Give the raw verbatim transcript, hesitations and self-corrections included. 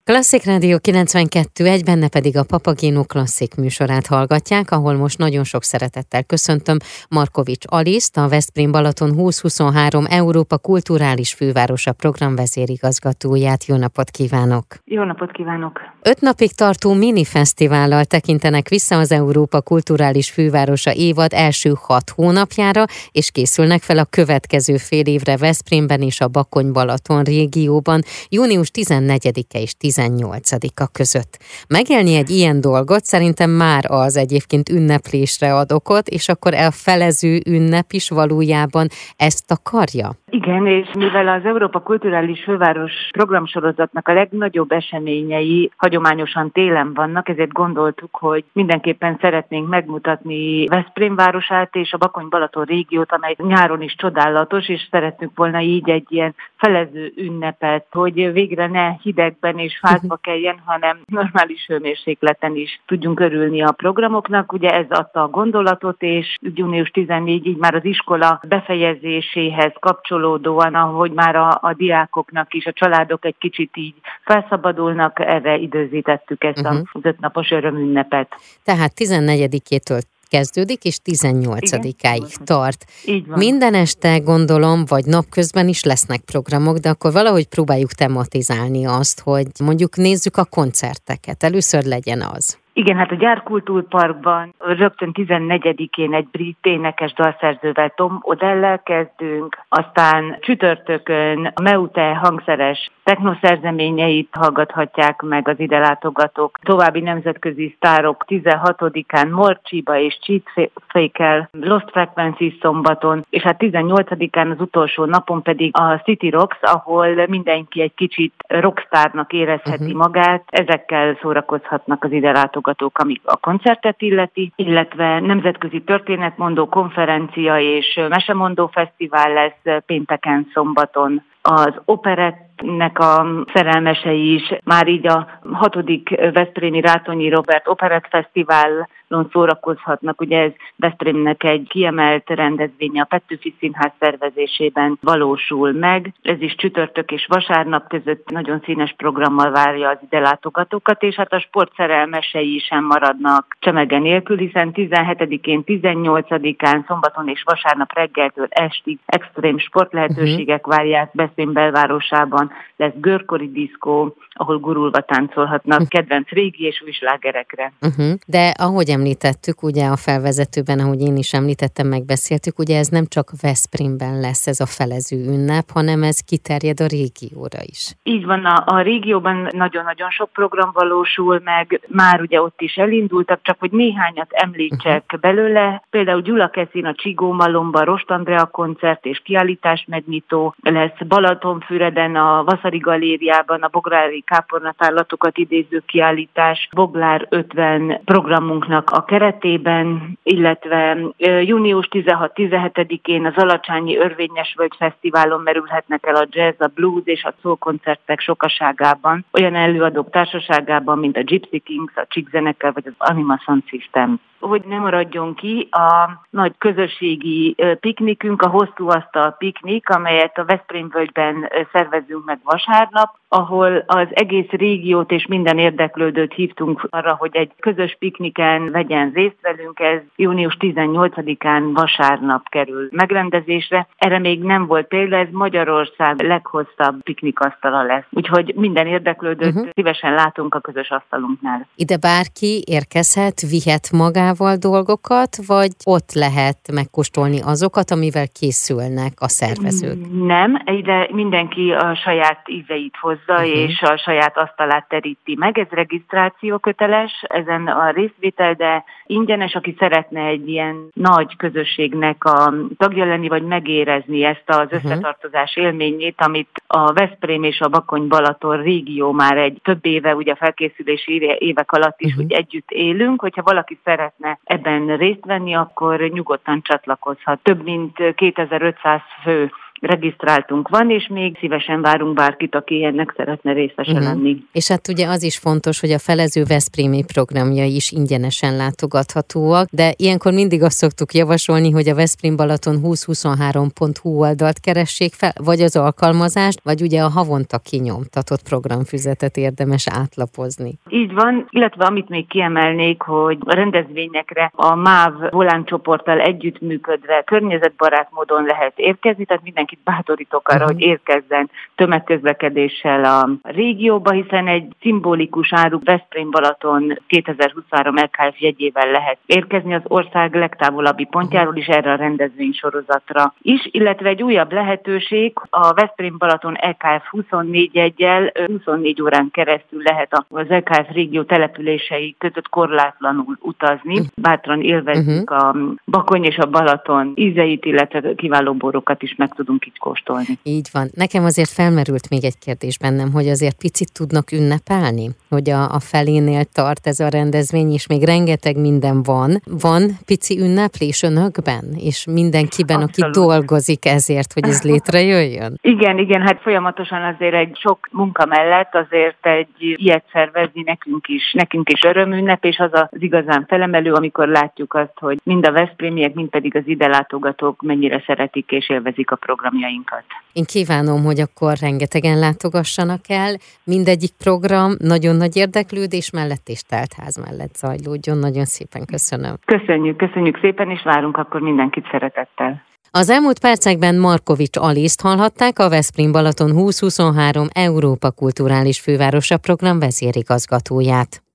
Klasszik Rádió kilencvenkettő egy, benne pedig a Papageno Klasszik műsorát hallgatják, ahol most nagyon sok szeretettel köszöntöm Markovics Aliszt, a Veszprém Balaton húsz-huszonhárom Európa Kulturális Fővárosa programvezérigazgatóját. Jó napot kívánok! Jó napot kívánok! Öt napig tartó minifesztivállal tekintenek vissza az Európa Kulturális Fővárosa évad első hat hónapjára, és készülnek fel a következő fél évre Veszprémben és a Bakony-Balaton régióban június tizennegyedike és tizennyolcadika között. Megélni egy ilyen dolgot szerintem már az egyébként ünneplésre ad okot, és akkor a felező ünnep is valójában ezt akarja? Igen, és mivel az Európa Kulturális Főváros programsorozatnak a legnagyobb eseményei hagyományosan télen vannak, ezért gondoltuk, hogy mindenképpen szeretnénk megmutatni Veszprém városát és a Bakony-Balaton régiót, amely nyáron is csodálatos, és szeretnünk volna így egy ilyen felező ünnepet, hogy végre ne hidegben és fázba kelljen, hanem normális hőmérsékleten is tudjunk örülni a programoknak. Ugye ez adta a gondolatot, és június tizennegyedike így már az iskola befejezéséhez kapcsolódóan, ahogy már a, a diákoknak is, a családok egy kicsit így felszabadulnak, erre időzítettük ezt uh-huh. az ötnapos örömünnepet. Tehát tizennegyedikétől kezdődik, és tizennyolcadikáig Igen. tart. Így van. Minden este gondolom, vagy napközben is lesznek programok, de akkor valahogy próbáljuk tematizálni azt, hogy mondjuk nézzük a koncerteket. Először legyen az. Igen, hát a Gyárkultúrparkban rögtön tizennegyedikén egy brit énekes dalszerzővel, Tom Odell-lel kezdünk, aztán csütörtökön a Meute hangszeres technoszerzeményeit hallgathatják meg az ide látogatók. További nemzetközi sztárok tizenhatodikán Morcsiba és Cheat Fake-el, Lost Frequencies szombaton, és hát tizennyolcadikán az utolsó napon pedig a City Rocks, ahol mindenki egy kicsit rockstárnak érezheti uh-huh. magát. Ezekkel szórakozhatnak az ide látogatók, amik a koncertet illeti, illetve nemzetközi történetmondó konferencia és mesemondó fesztivál lesz pénteken, szombaton. Az operettnek a szerelmesei is már így a hatodik Veszprémi Rátonyi Robert Operett Fesztiválon szórakozhatnak. Ugye ez Veszprémnek egy kiemelt rendezvénye, a Petőfi Színház szervezésében valósul meg. Ez is csütörtök és vasárnap között nagyon színes programmal várja az ide látogatókat, és hát a sport szerelmesei sem maradnak csemege nélkül, hiszen tizenhetedikén, tizennyolcadikán, szombaton és vasárnap reggeltől estig extrém sportlehetőségek uh-huh. várják Veszprém belvárosában. Lesz görkori diszkó, ahol gurulva táncolhatnak kedvenc régi és új slágerekre. Uh-huh. De ahogy említettük, ugye a felvezetőben, ahogy én is említettem, megbeszéltük, ugye ez nem csak Veszprémben lesz ez a felező ünnep, hanem ez kiterjed a régióra is. Így van, a, a régióban nagyon-nagyon sok program valósul meg, már ugye ott is elindultak, csak hogy néhányat említsek uh-huh. belőle. Például Gyulakeszin a Csigó Malomba Rost Andrea koncert és kiállítás megnyitó lesz, Balatonfüreden a Vaszari galériában a bográri kápornatárlatokat idéző kiállítás Boglár ötven programunknak a keretében, illetve június tizenhat-tizenhetedikén az Alacsányi Örvényes Völgy Fesztiválon merülhetnek el a jazz, a blues és a soul koncertek sokaságában, olyan előadók társaságában, mint a Gypsy Kings, a Chick zenekar vagy az Anima Sound System. Hogy ne maradjon ki a nagy közösségi piknikünk, a hosszú asztal piknik, amelyet a Veszprém völgyben szervezünk meg vasárnap, ahol az egész régiót és minden érdeklődőt hívtunk arra, hogy egy közös pikniken vegyen részt velünk. Ez június tizennyolcadikán vasárnap kerül megrendezésre. Erre még nem volt példa, ez Magyarország leghosszabb piknikasztala lesz. Úgyhogy minden érdeklődőt uh-huh. szívesen látunk a közös asztalunknál. Ide bárki érkezhet, vihet magával dolgokat, vagy ott lehet megkóstolni azokat, amivel készülnek a szervezők? Nem, ide mindenki a saját ízeit hozza, uh-huh. és a saját asztalát teríti meg. Ez regisztráció köteles, ezen a részvétel, de ingyenes, aki szeretne egy ilyen nagy közösségnek a tagja lenni, vagy megérezni ezt az összetartozás élményét, amit a Veszprém és a Bakony-Balaton régió már egy több éve, ugye a felkészülési évek alatt is uh-huh. úgy együtt élünk. Hogyha valaki szeretne ebben részt venni, akkor nyugodtan csatlakozhat. Több mint kétezer-ötszáz fő regisztráltunk van, és még szívesen várunk bárkit, aki ennek szeretne részese uh-huh. lenni. És hát ugye az is fontos, hogy a Felező Veszprémi programjai is ingyenesen látogathatóak, de ilyenkor mindig azt szoktuk javasolni, hogy a Veszprém Balaton húsz-huszonhárom pont hu oldalt keressék fel, vagy az alkalmazást, vagy ugye a havonta kinyomtatott programfüzetet érdemes átlapozni. Így van, illetve amit még kiemelnék, hogy a rendezvényekre a MÁV Volán csoporttal együttműködve környezetbarát módon lehet érkezni, tehát mindenkit bátorítok arra, uh-huh. hogy érkezzen tömegközlekedéssel a régióba, hiszen egy szimbolikus áru Veszprém Balaton kétezer-huszonhárom é ká ef jegyével lehet érkezni az ország legtávolabbi pontjáról is erre a rendezvény sorozatra is, illetve egy újabb lehetőség, a Veszprém Balaton é ká ef huszonnégy jeggyel huszonnégy órán keresztül lehet az é ká ef régió települései között korlátlanul utazni. Bátran élvezzük uh-huh. a Bakony és a Balaton ízeit, illetve kiváló borokat is meg tudunk így kóstolni. Így van. Nekem azért felmerült még egy kérdés bennem, hogy azért picit tudnak ünnepelni, hogy a, a felénél tart ez a rendezvény, és még rengeteg minden van. Van pici ünneplés önökben, és mindenkiben, Abszolút. Aki dolgozik ezért, hogy ez létrejöjjön? Igen, igen, hát folyamatosan azért egy sok munka mellett azért egy ilyet szervezni nekünk is, nekünk is örömünnep, és az az igazán felemelő, amikor látjuk azt, hogy mind a veszprémiek, mind pedig az ide látogatók mennyire szeretik és élvezik a programjainkat. Én kívánom, hogy akkor rengetegen látogassanak el, mindegyik program nagyon nagy érdeklődés mellett és teltház mellett zajlódjon. Nagyon szépen köszönöm. Köszönjük, köszönjük szépen, és várunk akkor mindenkit szeretettel. Az elmúlt percekben Markovics Aliszt hallhatták, a Veszprém Balaton húsz-huszonhárom Európa Kulturális Fővárosa program vezérigazgatóját.